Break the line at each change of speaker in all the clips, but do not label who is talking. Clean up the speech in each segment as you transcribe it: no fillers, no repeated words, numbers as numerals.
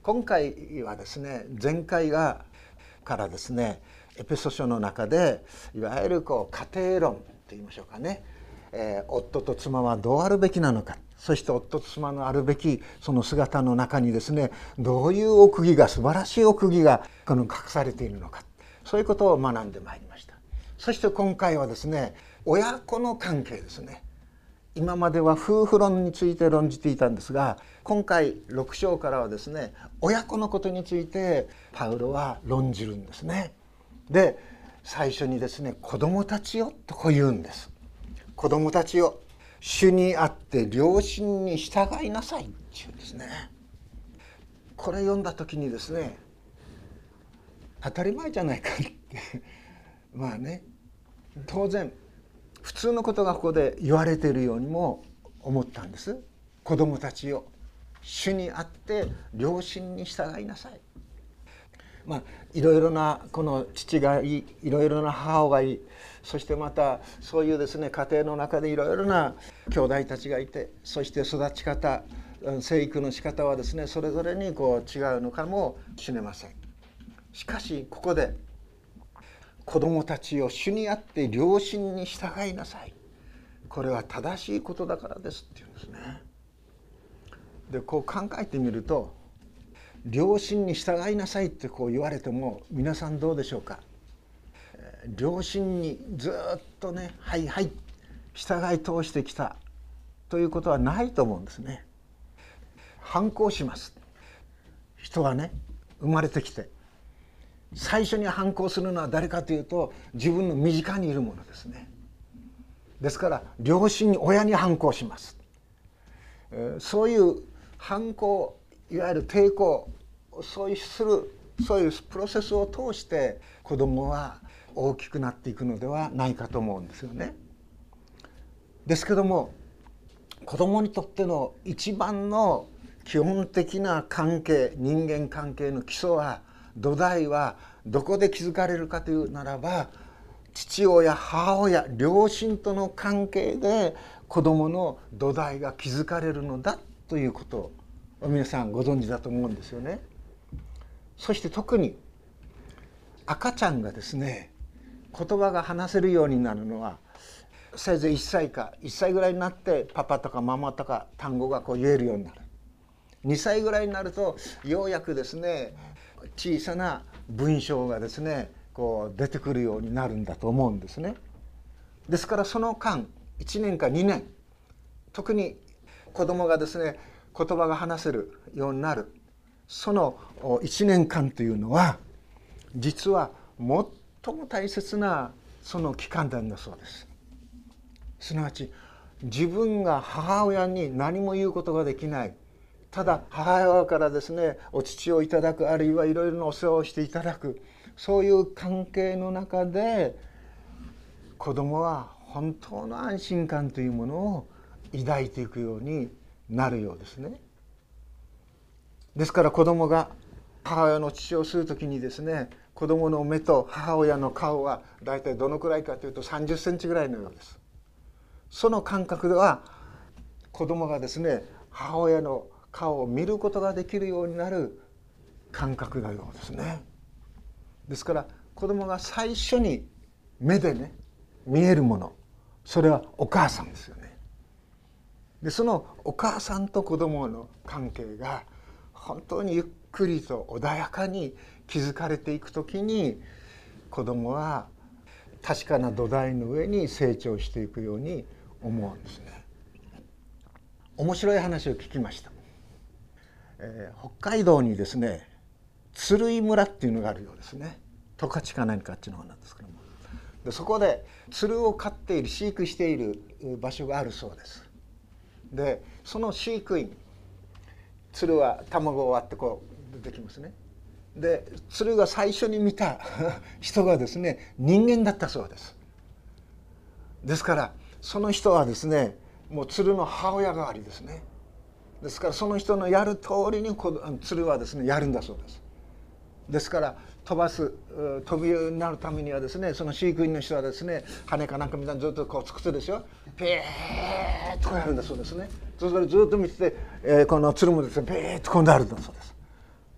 今回はですね、前回からですね、エペソ書の中でいわゆる家庭論と言いましょうかね、夫と妻はどうあるべきなのか、そして夫と妻のあるべきその姿の中にですね、どういう奥義が、素晴らしい奥義が隠されているのか、そういうことを学んでまいりました。そして今回はですね、親子の関係ですね。今までは夫婦論について論じていたんですが、今回6章からはですね、親子のことについてパウロは論じるんですね。で、最初にですね、子供たちよとこう言うんです。子供たちよ、主にあって両親に従いなさいって言うんですね。これ読んだ時にですね、当たり前じゃないかってまあね、当然普通のことがここで言われているようにも思ったんです。子供たちよ、主にあって両親に従いなさい。いろいろなこの父がいい、いろいろな母がいい、そしてまたそういうですね、家庭の中でいろいろな兄弟たちがいて、そして育ち方、生育の仕方はですね、それぞれに違うのかもしれません。しかしここで子供たちを主にあって両親に従いなさい、これは正しいことだからですっていうんですね。で、考えてみると、両親に従いなさいって言われても、皆さんどうでしょうか。両親にずっとね、はいはい従い通してきたということはないと思うんですね。反抗します。人はね、生まれてきて最初に反抗するのは誰かというと、自分の身近にいるものですね。ですから両親に、親に反抗します。そういう反抗、いわゆる抵抗、そういうプロセスを通して子供は大きくなっていくのではないかと思うんですよね。ですけども、子供にとっての一番の基本的な関係、人間関係の基礎は、土台はどこで築かれるかというならば、父親、母親、両親との関係で子供の土台が築かれるのだということを皆さんご存知だと思うんですよね。そして特に赤ちゃんがですね、言葉が話せるようになるのはせいぜい1歳ぐらいになって、パパとかママとか単語が言えるようになる。2歳ぐらいになるとようやくですね、小さな文章がですね出てくるようになるんだと思うんですね。ですからその間、1年か2年、特に子供がですね言葉が話せるようになる、その1年間というのは、実は最も大切なその期間なんだそうです。すなわち自分が母親に何も言うことができない、ただ母親からですねお乳をいただく、あるいはいろいろなお世話をしていただく、そういう関係の中で子供は本当の安心感というものを抱いていくようになるようですね。ですから子供が母親の乳を吸うときにですね、子供の目と母親の顔はだいたいどのくらいかというと30センチぐらいのようです。その感覚では子供がですね母親の顔を見ることができるようになる感覚のようですね。ですから子供が最初に目でね見えるもの、それはお母さんですよね。で、そのお母さんと子供の関係が本当にゆっくりと穏やかに築かれていくときに、子供は確かな土台の上に成長していくように思うんですね。面白い話を聞きました。北海道にですね鶴居村っていうのがあるようですね。十勝か何かあっちの方なんですけども、でそこで鶴を飼っている、飼育している場所があるそうです。でその飼育員、鶴は卵を割って出てきますね。で鶴が最初に見た人がですね人間だったそうです。ですからその人はですねもう鶴の母親代わりですね。ですからその人のやる通りに鶴はですねやるんだそうです。ですから飛びになるためにはですね、その飼育員の人はですね羽かなんかみたいにずっとつくとですよ、ピーッとやるんだそうですね。それずっと見てて、この鶴もですねピーッとなるんだそうです。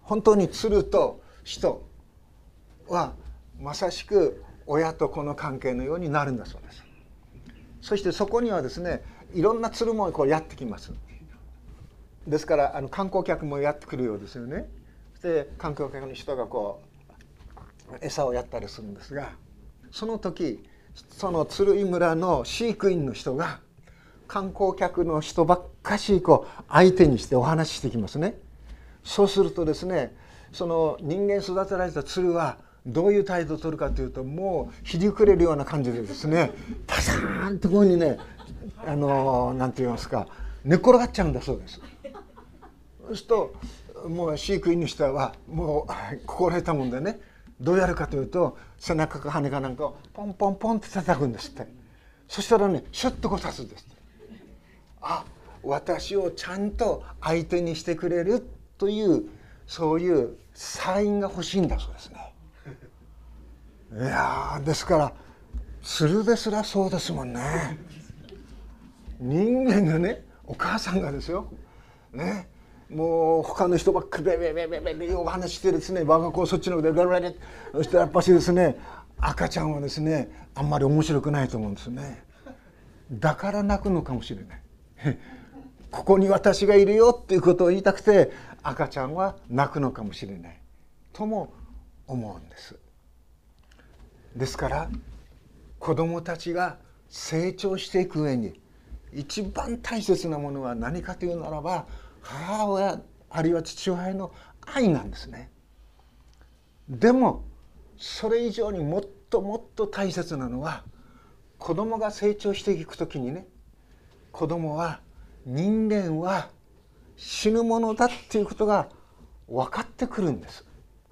本当に鶴と人はまさしく親と子の関係のようになるんだそうです。そしてそこにはですね、いろんな鶴もこうやってきます。ですから観光客もやってくるようですよね。で観光客の人がこう餌をやったりするんですが、その時その鶴居村の飼育員の人が観光客の人ばっかしこう相手にしてお話ししてきますね。そうするとですね、その人間育てられた鶴はどういう態度を取るかというと、もうひりくれるような感じでですね、パサーンとこうにね、なんて言いますか、寝っ転がっちゃうんだそうです。そうするともう飼育員の人はもう心得たもんでね、どうやるかというと、背中か羽かなんかをポンポンポンって叩くんですって。そしたらね、シュッとこう立つんですって。あ、私をちゃんと相手にしてくれるという、そういうサインが欲しいんだそうですね。いやですから鶴ですらそうですもんね。人間がね、お母さんがですよね、もう他の人ばっかりベベベベベベお話してですね、我が子そっちの方でベベベベ、そしてやっぱしですね、赤ちゃんはですねあんまり面白くないと思うんですよね。だから泣くのかもしれない。ここに私がいるよっていうことを言いたくて赤ちゃんは泣くのかもしれないとも思うんです。ですから子どもたちが成長していく上に一番大切なものは何かというならば、母親あるいは父親の愛なんですね。でもそれ以上にもっともっと大切なのは、子どもが成長していくときにね、子どもは人間は死ぬものだっていうことが分かってくるんです。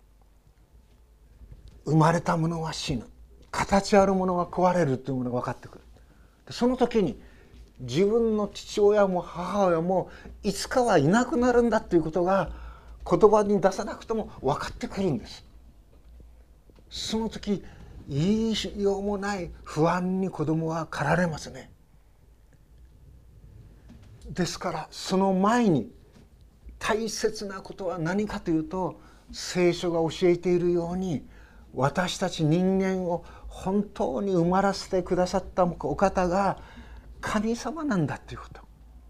生まれたものは死ぬ、形あるものは壊れるというものが分かってくる。その時に自分の父親も母親もいつかはいなくなるんだということが言葉に出さなくても分かってくるんです。その時言いようもない不安に子供は駆られますね。ですからその前に大切なことは何かというと、聖書が教えているように、私たち人間を本当に生まらせてくださったお方が神様なんだということ。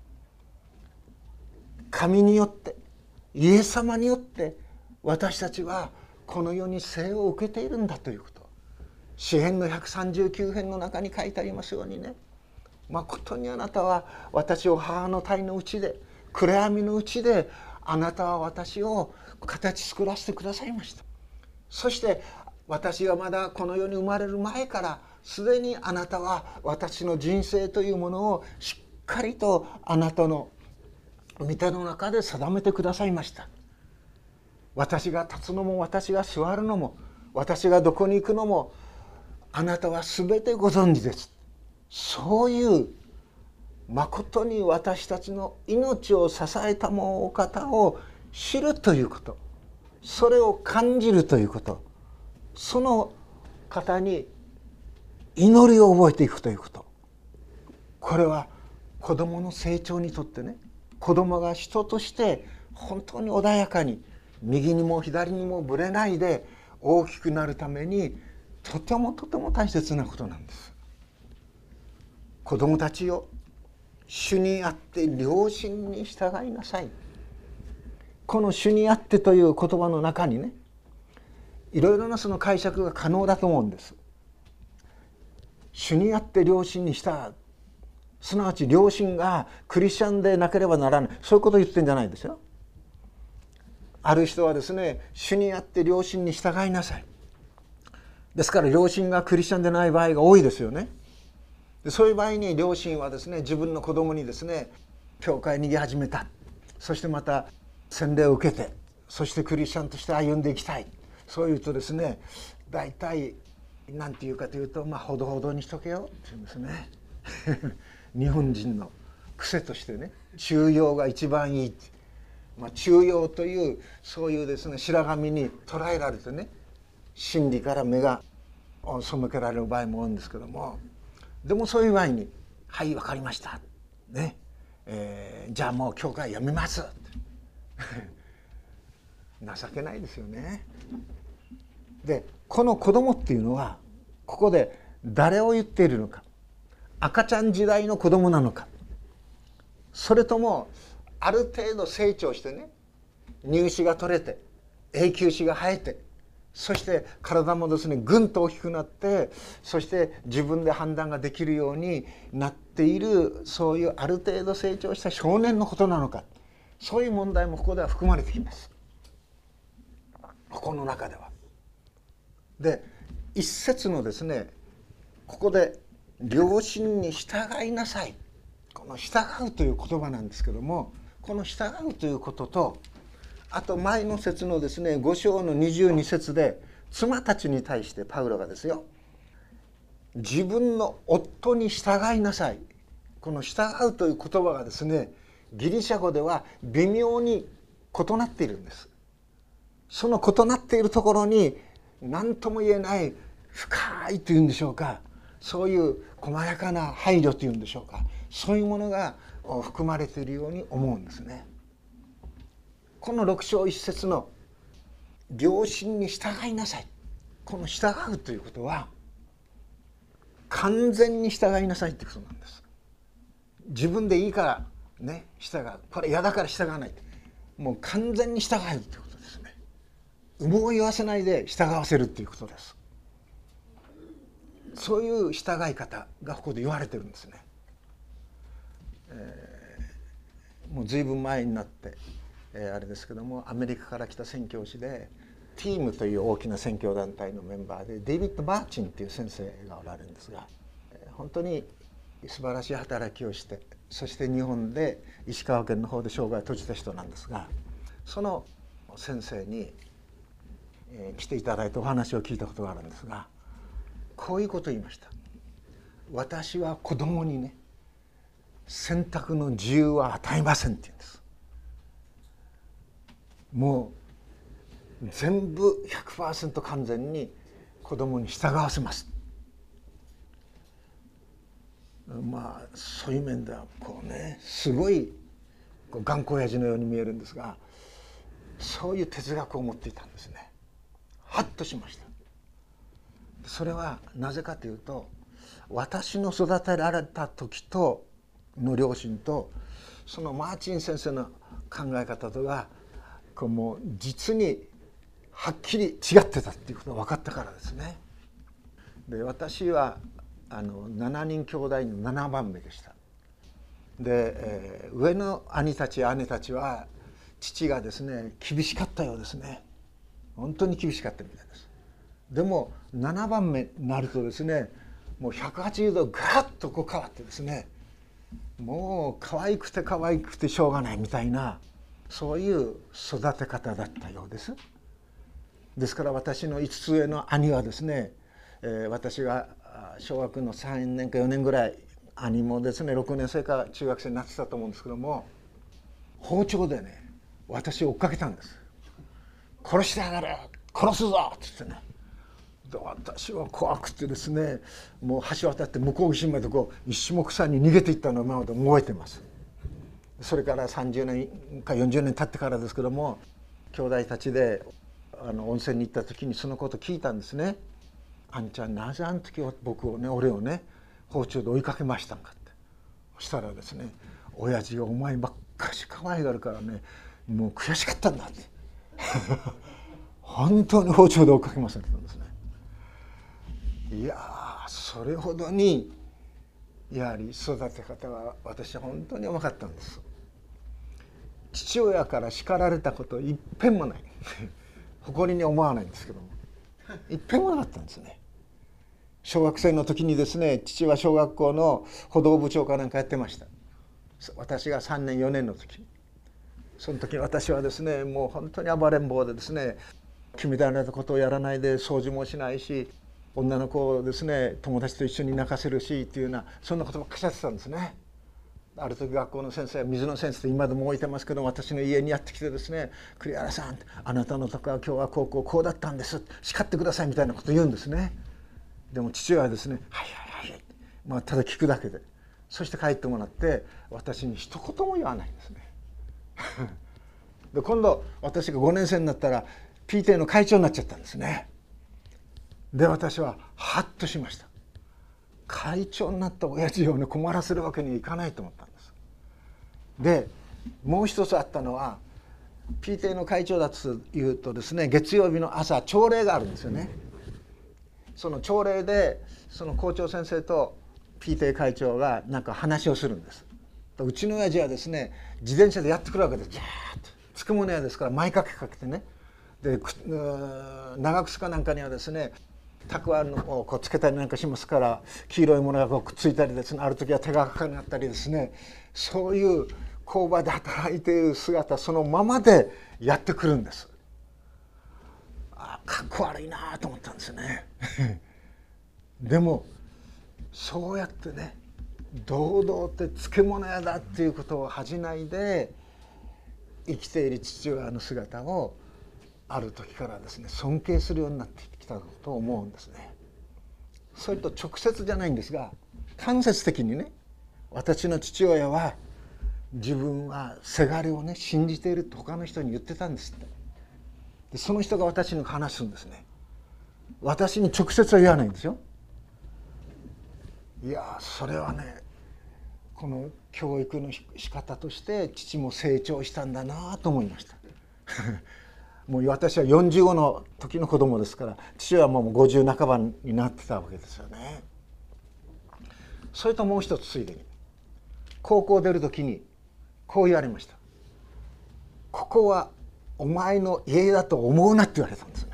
神によって、イエス様によって私たちはこの世に生を受けているんだということ。詩編の139編の中に書いてありますようにね、まことにあなたは私を母の胎のうちで、暗闇のうちであなたは私を形作らせてくださいました。そして私がまだこの世に生まれる前からすでにあなたは私の人生というものをしっかりとあなたの御手の中で定めてくださいました。私が立つのも私が座るのも私がどこに行くのもあなたは全てご存知です。そういうまことに私たちの命を支えたお方を知るということ、それを感じるということ、その方に祈りを覚えていくということ、これは子どもの成長にとってね、子どもが人として本当に穏やかに右にも左にもぶれないで大きくなるためにとてもとても大切なことなんです。子どもたちよ、主にあって良心に従いなさい。この主にあってという言葉の中にね、いろいろなその解釈が可能だと思うんです。主にあって良心に従う、すなわち良心がクリスチャンでなければならない、そういうことを言ってるんじゃないですよ。ある人はですね、主にあって良心に従いなさい。ですから良心がクリスチャンでない場合が多いですよね。でそういう場合に両親はですね、自分の子供にですね、教会に行き始めた、そしてまた洗礼を受けて、そしてクリスチャンとして歩んでいきたい、そういうとですね、大体何て言うかというと、ほどほどにしとけよって言うんですね。日本人の癖としてね、中庸が一番いいって、中庸というそういうですね白髪に捉えられてね、真理から目が背けられる場合も多いんですけども、でもそういう場合に「はい分かりました」ね、じゃあもう教会やめます」 情けないですよね。でこの子供っていうのはここで誰を言っているのか、赤ちゃん時代の子供なのか、それともある程度成長してね、乳歯が取れて永久歯が生えて、そして体もですねぐんと大きくなって、そして自分で判断ができるようになっている、そういうある程度成長した少年のことなのか、そういう問題もここでは含まれてきます、ここの中では。で一節のですね、ここで良心に従いなさい、この従うという言葉なんですけども、この従うということと、あと前の節のですね5章の22節で妻たちに対してパウロがですよ、自分の夫に従いなさい、この従うという言葉がですねギリシャ語では微妙に異なっているんです。その異なっているところに何とも言えない深いというんでしょうか、そういう細やかな配慮というんでしょうか、そういうものが含まれているように思うんですね。この6章1節の良心に従いなさい、この従うということは完全に従いなさいということなんです。自分でいいからね従う、これ嫌だから従わない、もう完全に従うということですね。有無を言わせないで従わせるということです。そういう従い方がここで言われてるんですね。もう随分前になってあれですけども、アメリカから来た宣教師でティームという大きな宣教団体のメンバーでデイビッド・マーチンという先生がおられるんですが、本当に素晴らしい働きをして、そして日本で石川県の方で生涯を閉じた人なんですが、その先生に来ていただいてお話を聞いたことがあるんですが、こういうことを言いました。私は子供にね選択の自由は与えませんって言うんです。もう全部 100% 完全に子供に従わせます。まあそういう面ではこうね、すごい頑固親父のように見えるんですが、そういう哲学を持っていたんですね。ハッとしました。それはなぜかというと、私の育てられた時との両親とそのマーチン先生の考え方とがもう実にはっきり違ってたっていうことが分かったからですね。で私は7人兄弟の7番目でした。で、上の兄たち姉たちは父がですね厳しかったようですね。本当に厳しかったみたいです。でも7番目になるとですね、もう180度ガラッとこう変わってですね、もう可愛くて可愛くてしょうがないみたいな、そういう育て方だったようです。ですから私の5つ上の兄はですね、私が小学の3年か4年ぐらい、兄もですね6年生か中学生になってたと思うんですけども、包丁でね私を追っかけたんです。殺してやがる、殺すぞって言ってね。で私は怖くてですね、もう橋渡って向こう岸まで一目散に逃げていったのを今まで覚えてます。それから30年か40年経ってからですけども、兄弟たちで温泉に行った時にそのこと聞いたんですね。あんちゃんなぜあの時僕をね、俺をね包丁で追いかけましたんかって。そしたらですね、親父がお前ばっかし可愛がるからね、もう悔しかったんだって本当に包丁で追いかけましたって言ったんですね。いやそれほどにやはり育て方は私は本当にうまかったんです。父親から叱られたこと一遍もない誇りに思わないんですけども、一遍もなかったんですね。小学生の時にですね、父は小学校の歩道部長かなんかやってました。私が3年4年の時、その時私はですね、もう本当に暴れん坊でですね、決められたことをやらないで掃除もしないし、女の子をですね友達と一緒に泣かせるしっていうような、そんなことばっかりやってたんですね。ある時学校の先生、水野先生って今でも置いてますけど、私の家にやってきてですね、栗原さん、あなたのとこは今日はこうだったんです、叱ってくださいみたいなことを言うんですね。でも父親はですね、はいはいはい、まあ、ただ聞くだけで、そして帰ってもらって私に一言も言わないんですねで今度私が5年生になったら PTA の会長になっちゃったんですね。で私はハッとしました。会長になった親父をね困らせるわけにはいかないと思ったんです。でもう一つあったのは PTA の会長だというとですね、月曜日の朝朝礼があるんですよね。その朝礼でその校長先生と PTA 会長がなんか話をするんです。うちの親父はですね自転車でやってくるわけです。ジャーッと漬物屋ですから前掛けかけてね、で長靴かなんかにはですねたくあんをこうつけたりなんかしますから、黄色いものがこうくっついたりですね、ある時は手がかかなったりですね、そういう工場で働いている姿そのままでやってくるんです。かっこ悪いなと思ったんですよねでもそうやってね堂々って漬物屋だっていうことを恥じないで生きている父親の姿をある時からですね尊敬するようになってきたと思うんですね。それと直接じゃないんですが間接的にね、私の父親は自分はせがれをね信じていると他の人に言ってたんですって。でその人が私に話すんですね。私に直接は言わないんですよ。いやそれはねこの教育の仕方として父も成長したんだなと思いましたもう私は45の時の子供ですから、父はもう50半ばになってたわけですよね。それともう一つついでに高校出る時にこう言われました。ここはお前の家だと思うなって言われたんですね。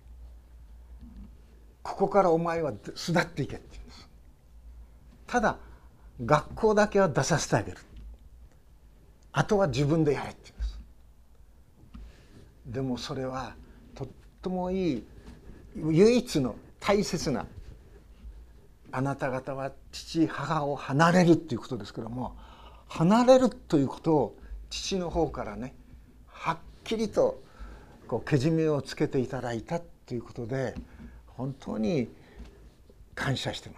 ここからお前は巣立っていけって言うんです。ただ学校だけは出させてあげる、あとは自分でやれって言うんです。でもそれはとってもいい唯一の大切な、あなた方は父母を離れるっていうことですけども、離れるということを父の方からねはっきりとこうけじめをつけていただいたということで本当に感謝しています。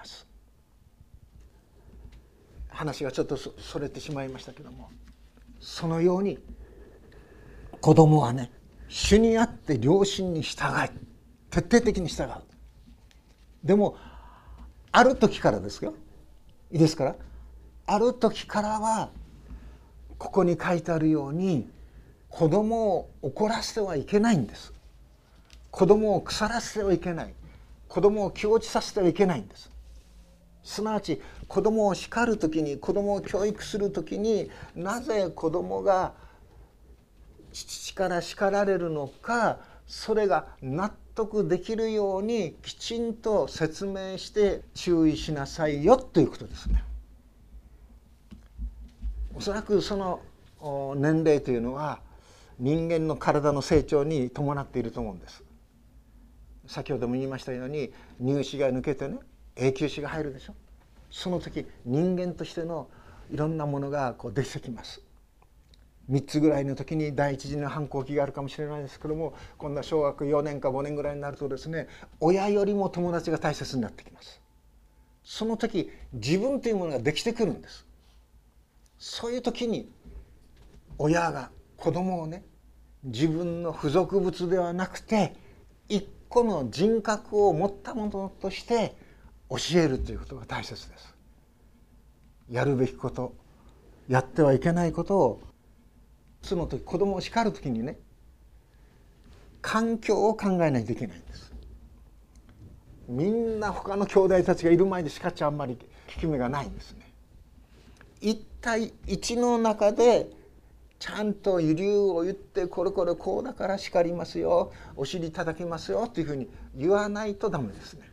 話がちょっとそれてしまいましたけども、そのように子供はね主にあって両親に従い徹底的に従う。でもある時からですよ、いいですから、ある時からはここに書いてあるように子供を怒らせてはいけないんです。子供を腐らせてはいけない、子供を気落ちさせてはいけないんです。すなわち子供を叱る時に、子供を教育する時に、なぜ子供が父から叱られるのか、それが納得できるようにきちんと説明して注意しなさいよということですね。おそらくその年齢というのは人間の体の成長に伴っていると思うんです。先ほども言いましたように乳歯が抜けてね永久歯が入るでしょ。その時人間としてのいろんなものがこう出てきます。3つぐらいの時に第一次の反抗期があるかもしれないですけども、今度は小学4年か5年ぐらいになるとですね、親よりも友達が大切になってきます。その時自分というものができてくるんです。そういう時に親が子供をね自分の付属物ではなくて一個の人格を持ったものとして教えるということが大切です。やるべきこと、やってはいけないことを、その時子供を叱る時にね環境を考えないといけないんです。みんな他の兄弟たちがいる前で叱っちゃあんまり効き目がないんですね。一対一の中でちゃんと理由を言って、これこれこうだから叱りますよ、お尻叩きますよというふうに言わないとダメですね。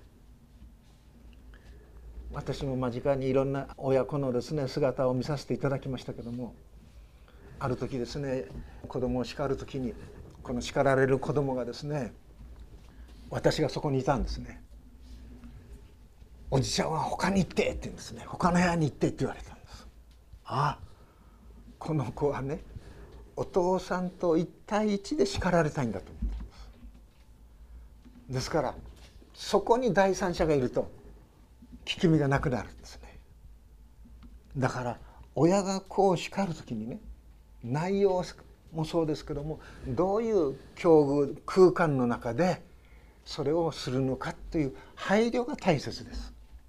私も間近にいろんな親子のですね姿を見させていただきましたけども、ある時ですね子供を叱る時にこの叱られる子供がですね、私がそこにいたんですね。おじちゃんは他に行ってって言うんですね。他の部屋に行ってって言われたんです。ああ、この子はねお父さんと一対一で叱られたいんだと思っています。ですからそこに第三者がいると効き目がなくなるんですね。だから親が子を叱る時にね内容をもそうですけども、どういう境遇空間の中でそれをするのかという配慮が大切です。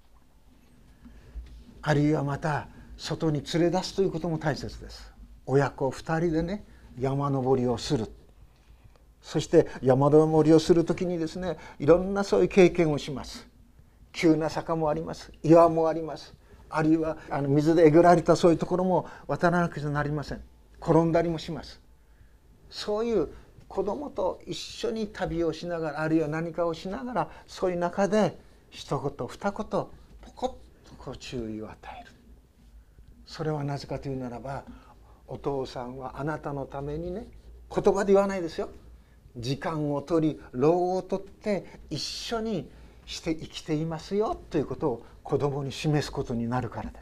あるいはまた外に連れ出すということも大切です。親子2人でね、山登りをする。そして山登りをする時にですね、いろんなそういう経験をします。急な坂もあります、岩もあります。あるいは水でえぐられたそういうところも渡らなくちゃなりません。転んだりもします。そういう子供と一緒に旅をしながら、あるいは何かをしながら、そういう中で一言二言ポコッとこう注意を与える。それはなぜかというならば、お父さんはあなたのためにね、言葉で言わないですよ、時間を取り労を取って一緒にして生きていますよということを子供に示すことになるからです。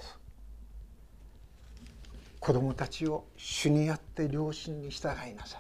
子供たちを主にあって両親に従いなさい。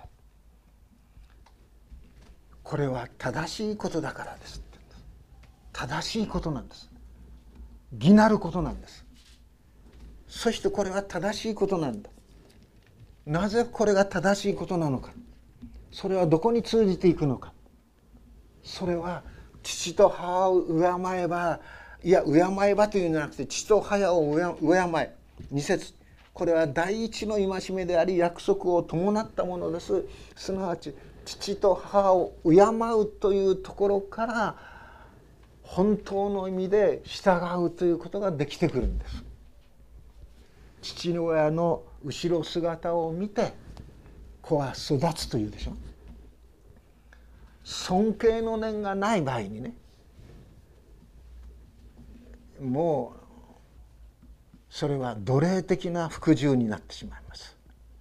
これは正しいことだからですって言うんです。正しいことなんです。義なることなんです。そしてこれは正しいことなんだ。なぜこれが正しいことなのか、それはどこに通じていくのか。それは父と母を敬えば、いや敬えばというんじゃなくて、父と母を敬え、2節、これは第一の戒めであり約束を伴ったものです。すなわち父と母を敬うというところから本当の意味で従うということができてくるんです。父親の後ろ姿を見て子は育つというでしょ。尊敬の念がない場合にね、もうそれは奴隷的な服従になってしまいます。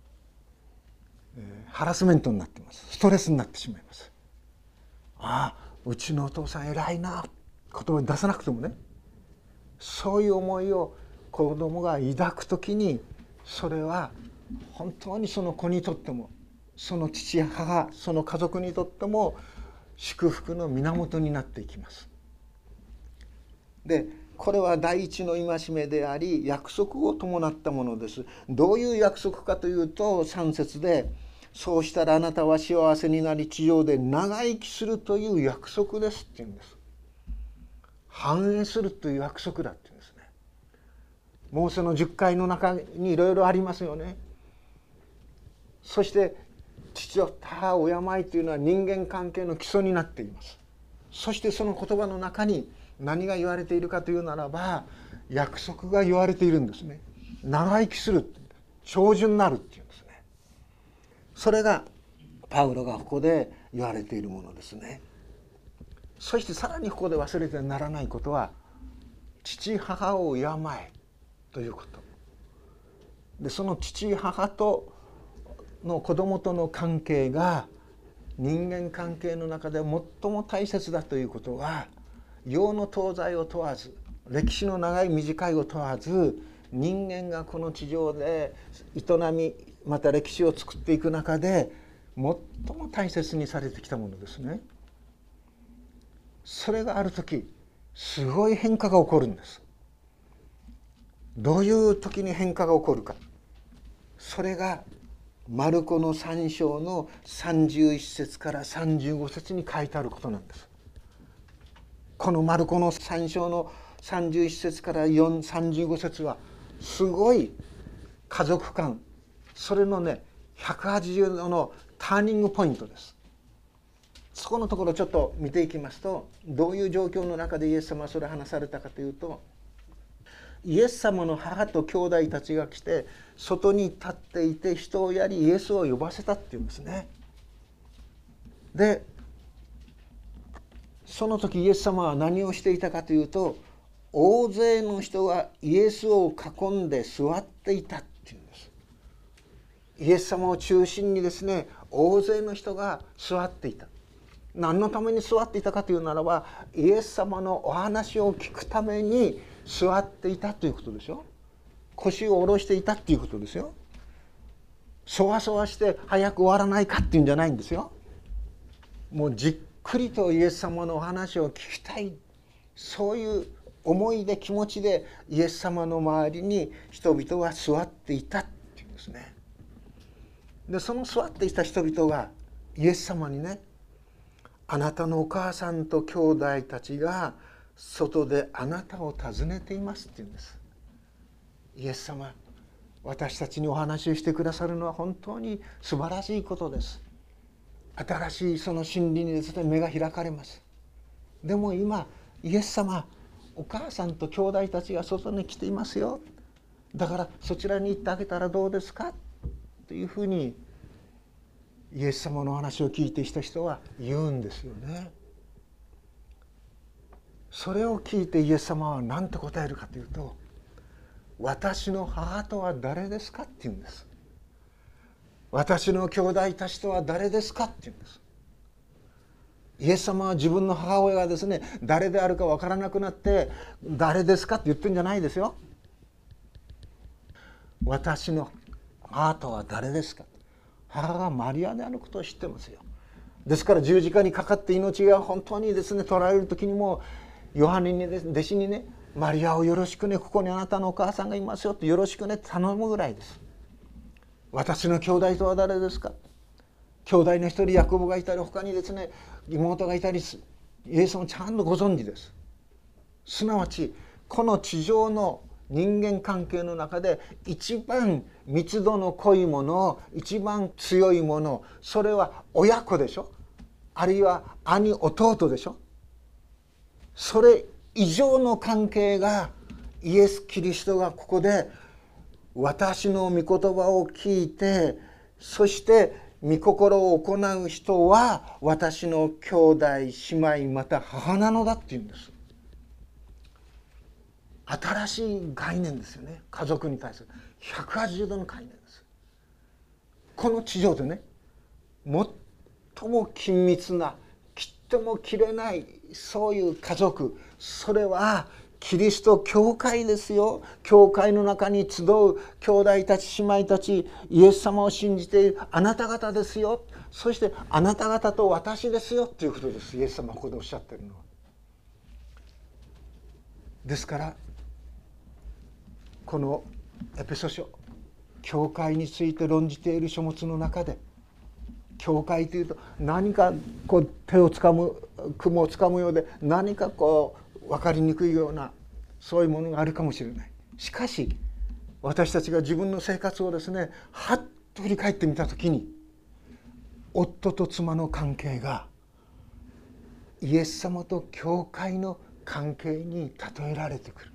ハラスメントになっています。ストレスになってしまいます。ああ、うちのお父さん偉いな、言葉に出さなくてもね、そういう思いを子供が抱くときに、それは本当にその子にとっても、その父母、その家族にとっても祝福の源になっていきます。でこれは第一の戒めであり約束を伴ったものです。どういう約束かというと、3節でそうしたらあなたは幸せになり地上で長生きするという約束ですって言うんです。繁栄するという約束だって言うんですね。モーセの10回の中にいろいろありますよね。そして父と母を敬いというのは人間関係の基礎になっています。そしてその言葉の中に何が言われているかというならば、約束が言われているんですね。長生きする、長寿になるっていうんですね。それがパウロがここで言われているものですね。そしてさらにここで忘れてはならないことは、父母を敬えということで、その父母との子供との関係が人間関係の中で最も大切だということは、洋の東西を問わず、歴史の長い短いを問わず、人間がこの地上で営み、また歴史を作っていく中で最も大切にされてきたものですね。それがある時すごい変化が起こるんです。どういう時に変化が起こるか、それがマルコの3章の31節から35節に書いてあることなんです。このマルコの3章の31節から35節はすごい家族観、それのね180度のターニングポイントです。そこのところちょっと見ていきますと、どういう状況の中でイエス様はそれを話されたかというと、イエス様の母と兄弟たちが来て外に立っていて人をやりイエスを呼ばせたっていうんですね。でその時イエス様は何をしていたかというと、大勢の人がイエスを囲んで座っていたっていうんです。イエス様を中心にですね、大勢の人が座っていた。何のために座っていたかというならば、イエス様のお話を聞くために座っていたということですよ。腰を下ろしていたっていうことですよ。そわそわして早く終わらないかっていうんじゃないんですよ。もうじっくりとイエス様のお話を聞きたい、そういう思いで気持ちでイエス様の周りに人々は座っていたっていうんですね。 でその座っていた人々がイエス様にね、あなたのお母さんと兄弟たちが外であなたを訪ねていますって言うんです。イエス様、私たちにお話をしてくださるのは本当に素晴らしいことです。新しいその真理にですね、目が開かれます。でも今イエス様、お母さんと兄弟たちが外に来ていますよ。だからそちらに行ってあげたらどうですかというふうにイエス様の話を聞いてきた人は言うんですよね。それを聞いてイエス様は何て答えるかというと、私の母とは誰ですかって言うんです。私の兄弟たちとは誰ですかって言うんです。イエス様は自分の母親がですね、誰であるか分からなくなって誰ですかって言ってるんじゃないですよ。私の母とは誰ですか。母がマリアであることを知ってますよ。ですから十字架にかかって命が本当にですね取られる時にも、ヨハネに弟子にね、マリアをよろしくね、ここにあなたのお母さんがいますよってよろしくね頼むぐらいです。私の兄弟とは誰ですか。兄弟の一人ヤコブがいたり、他にですね妹がいたり、イエスもちゃんとご存知です。すなわちこの地上の人間関係の中で一番密度の濃いもの、一番強いもの、それは親子でしょ、あるいは兄弟でしょ。それ以上の関係がイエス・キリストがここで私の御言葉を聞いて、そして御心を行う人は私の兄弟姉妹また母なのだって言うんです。新しい概念ですよね。家族に対する180度の概念です。この地上でね、最も緊密な、切っても切れないそういう家族、それはキリスト教会ですよ。教会の中に集う兄弟たち姉妹たち、イエス様を信じているあなた方ですよ。そしてあなた方と私ですよということです。イエス様がここでおっしゃっているのは。ですからこのエペソ書、教会について論じている書物の中で、教会というと何かこう手をつかむ、雲をつかむようで何かこう分かりにくいようなそういうものがあるかもしれない。しかし私たちが自分の生活をですね、はっと振り返ってみたときに、夫と妻の関係がイエス様と教会の関係に例えられてくる。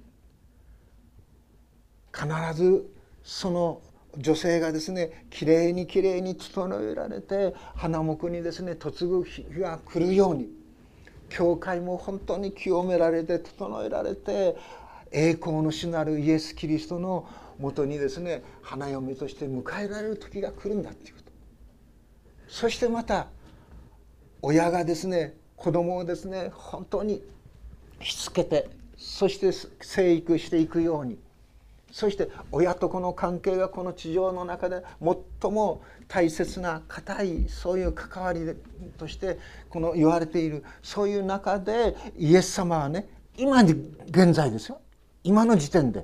必ずその女性がですね、きれいに整えられて花木にですね嫁ぐ日が来るように、教会も本当に清められて整えられて、栄光の主なるイエス・キリストのもとにですね花嫁として迎えられる時が来るんだっていうこと。そしてまた親がですね子供をですね本当にしつけて、そして生育していくように、そして親と子の関係がこの地上の中で最も大切な固いそういう関わりとしてこの言われている、そういう中でイエス様はね、今に現在ですよ、今の時点で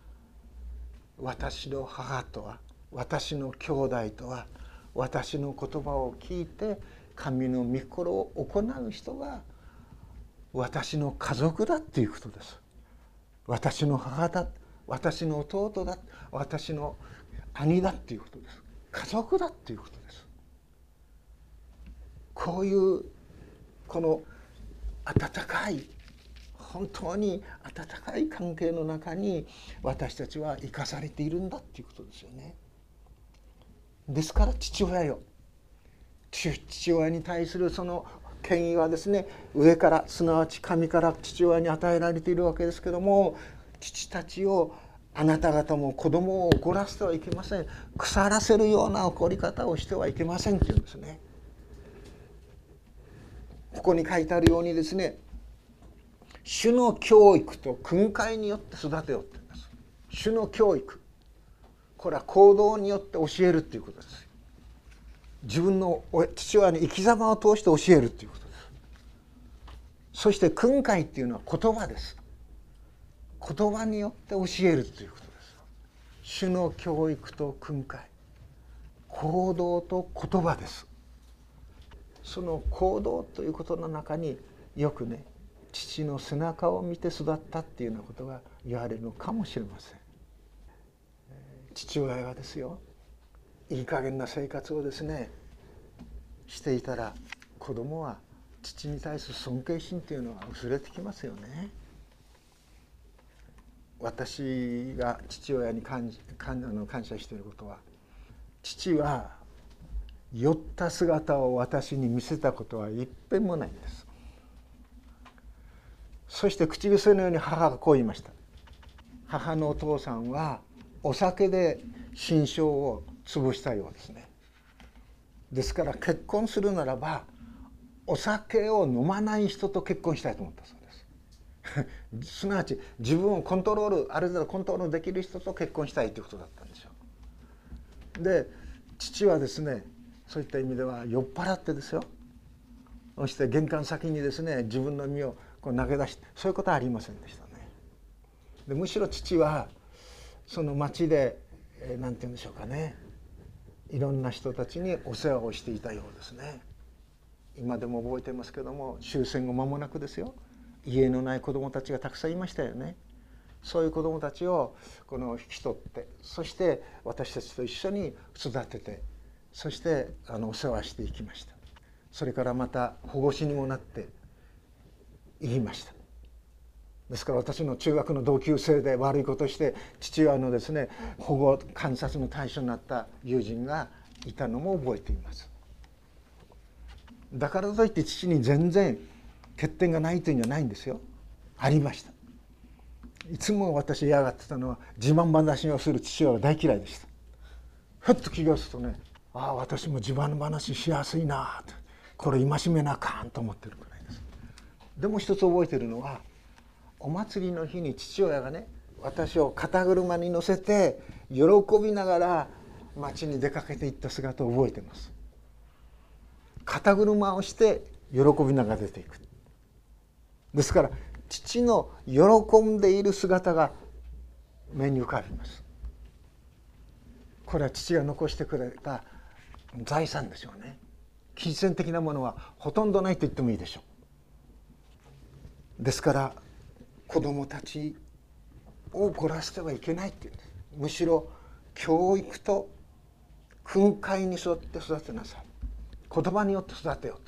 私の母とは、私の兄弟とは、私の言葉を聞いて神の御心を行う人が私の家族だっていうことです。私の母だ、私の弟だ、私の兄だっていうことです。家族だっていうことです。こういうこの温かい、本当に温かい関係の中に私たちは生かされているんだっていうことですよね。ですから父親よ、父親に対するその権威はですね、上から、すなわち神から父親に与えられているわけですけども、父たちをあなた方も子供を怒らせてはいけません。腐らせるような怒り方をしてはいけませんっていうんですね。ここに書いてあるようにですね、主の教育と訓戒によって育てようって言うんです。主の教育、これは行動によって教えるっていうことです。自分の父親に生き様を通して教えるっていうことです。そして訓戒っていうのは言葉です。言葉によって教えるということです。主の教育と訓戒、 行動と言葉です。その行動ということの中によくね、父の背中を見て育ったっていうようなことが言われるのかもしれません。父親がですよ、いい加減な生活をですねしていたら、子供は父に対する尊敬心というのは薄れてきますよね。私が父親に感謝していることは、父は酔った姿を私に見せたことは一遍もないんです。そして口癖のように母がこう言いました。母のお父さんはお酒で心象を潰したようですね。ですから結婚するならばお酒を飲まない人と結婚したいと思ったそうです。すなわち自分をある程度コントロールできる人と結婚したいということだったんでしょう。で、父はですね、そういった意味では酔っ払ってですよ、そして玄関先にですね自分の身をこう投げ出して、そういうことはありませんでしたね。でむしろ父はその町でなんて言うんでしょうかね、いろんな人たちにお世話をしていたようですね。今でも覚えてますけども、終戦後間もなくですよ、家のない子どもたちがたくさんいましたよね。そういう子どもたちを引き取って、そして私たちと一緒に育てて、そしてお世話していきました。それからまた保護司にもなって言いました。ですから私の中学の同級生で悪いことをして父親のですね保護観察の対象になった友人がいたのも覚えています。だからといって父に全然欠点がないというんじゃないんですよ。ありました。いつも私嫌がってたのは、自慢話をする父親が大嫌いでした。ふっと気がするとね、ああ私も自慢話しやすいなと、これ戒めなあかんと思ってるくらいです。でも一つ覚えてるのは、お祭りの日に父親がね私を肩車に乗せて喜びながら町に出かけていった姿を覚えています。肩車をして喜びながら出ていく。ですから父の喜んでいる姿が目に浮かびます。これは父が残してくれた財産でしょうね。金銭的なものはほとんどないと言ってもいいでしょう。ですから子どもたちを怒らせてはいけないっていうんです。むしろ教育と訓戒に沿って育てなさい。言葉によって育てよう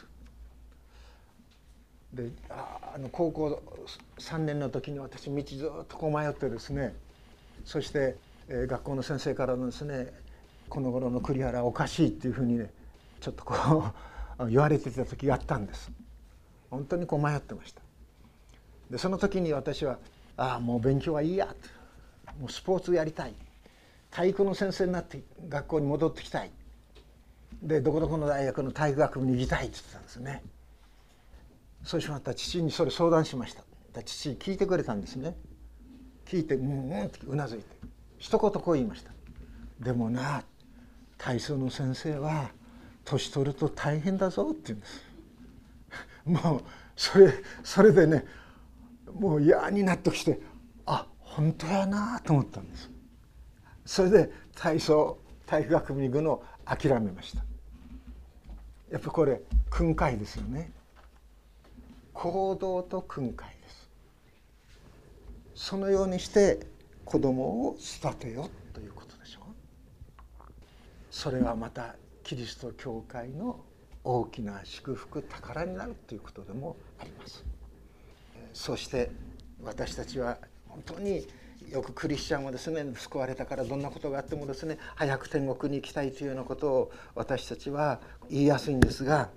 と。で高校3年の時に私道ずっとこう迷ってですね、そして、学校の先生からのですね、この頃の栗原はおかしいっていうふうにねちょっとこう言われてた時があったんです。本当にこう迷ってました。でその時に私はもう勉強はいいやと、もうスポーツやりたい、体育の先生になって学校に戻ってきたい、でどこどこの大学の体育学部に行きたいって言ってたんですね。そうしまったら父にそれ相談しました。父聞いてくれたんですね。聞いてうんってうなずいて一言こう言いました。でもな、体操の先生は年取ると大変だぞって言うんです。もうそれでね、もう嫌になってきて、本当やなと思ったんです。それで体育学部に行くのを諦めました。やっぱこれ訓戒ですよね。行動と訓戒です。そのようにして子供を育てよということでしょう。それはまたキリスト教会の大きな祝福、宝になるということでもあります。そして私たちは本当によくクリスチャンはですね、救われたからどんなことがあってもですね早く天国に行きたいというようなことを私たちは言いやすいんですが、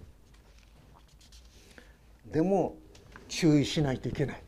でも注意しないといけない。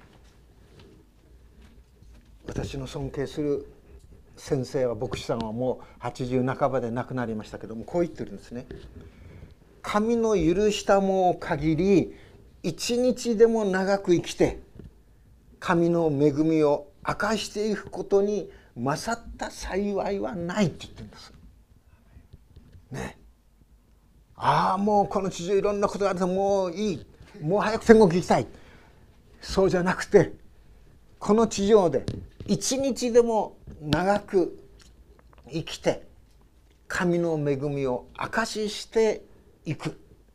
私の尊敬する先生は、牧師さんはもう80半ばで亡くなりましたけども、こう言ってるんですね。神の許したもを限り一日でも長く生きて神の恵みを明かしていくことに勝った幸いはないって言ってるんですね。もうこの地上いろんなことがあるともういい、もう早く天国行きたい、そうじゃなくて、この地上で一日でも長く生きて神の恵みを証ししていく、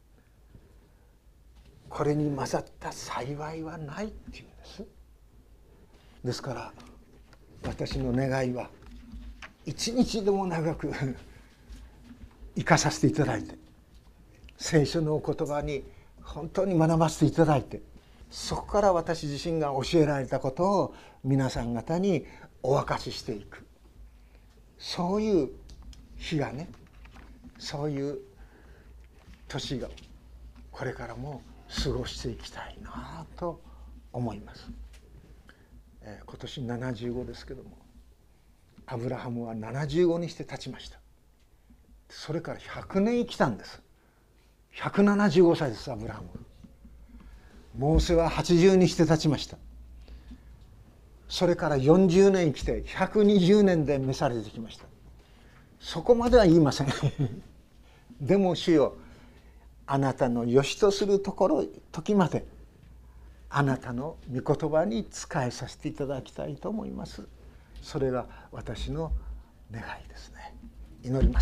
これに勝った幸いはないっていうんです。ですから私の願いは一日でも長く生かさせていただいて、聖書のお言葉に本当に学ばせていただいて、そこから私自身が教えられたことを皆さん方にお明かししていく、そういう日がね、そういう年がこれからも過ごしていきたいなと思います。今年75ですけども、アブラハムは75にして経ちました。それから100年生きたんです。175歳です、アブラハム。モーセは80にして経ちました。それから40年生きて120年で召されてきました。そこまでは言いませんでも主よ、あなたの良しとする時まであなたの御言葉に仕えさせていただきたいと思います。それが私の願いですね。祈ります。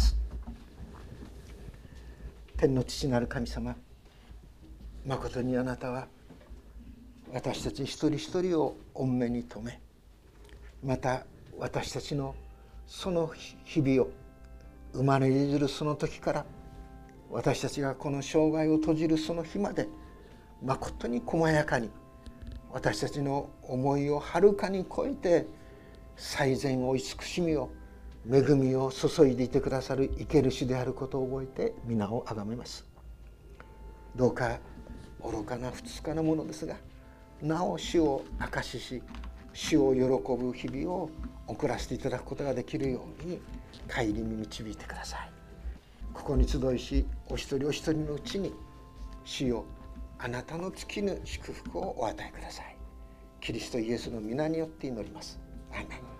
天の父なる神様、まことにあなたは私たち一人一人を御目に留め、また私たちのその日々を生まれるその時から私たちがこの生涯を閉じるその日まで、まことに細やかに私たちの思いをはるかに超えて最善を慈しみを恵みを注いでいてくださる生ける主であることを覚えて皆をあがめます。どうか愚かな不つかなものですが、なお主を証しし、主を喜ぶ日々を送らせていただくことができるように顧み導いてください。ここに集いし、お一人お一人のうちに主よ、あなたの尽きぬ祝福をお与えください。キリストイエスの皆によって祈ります。アーメン。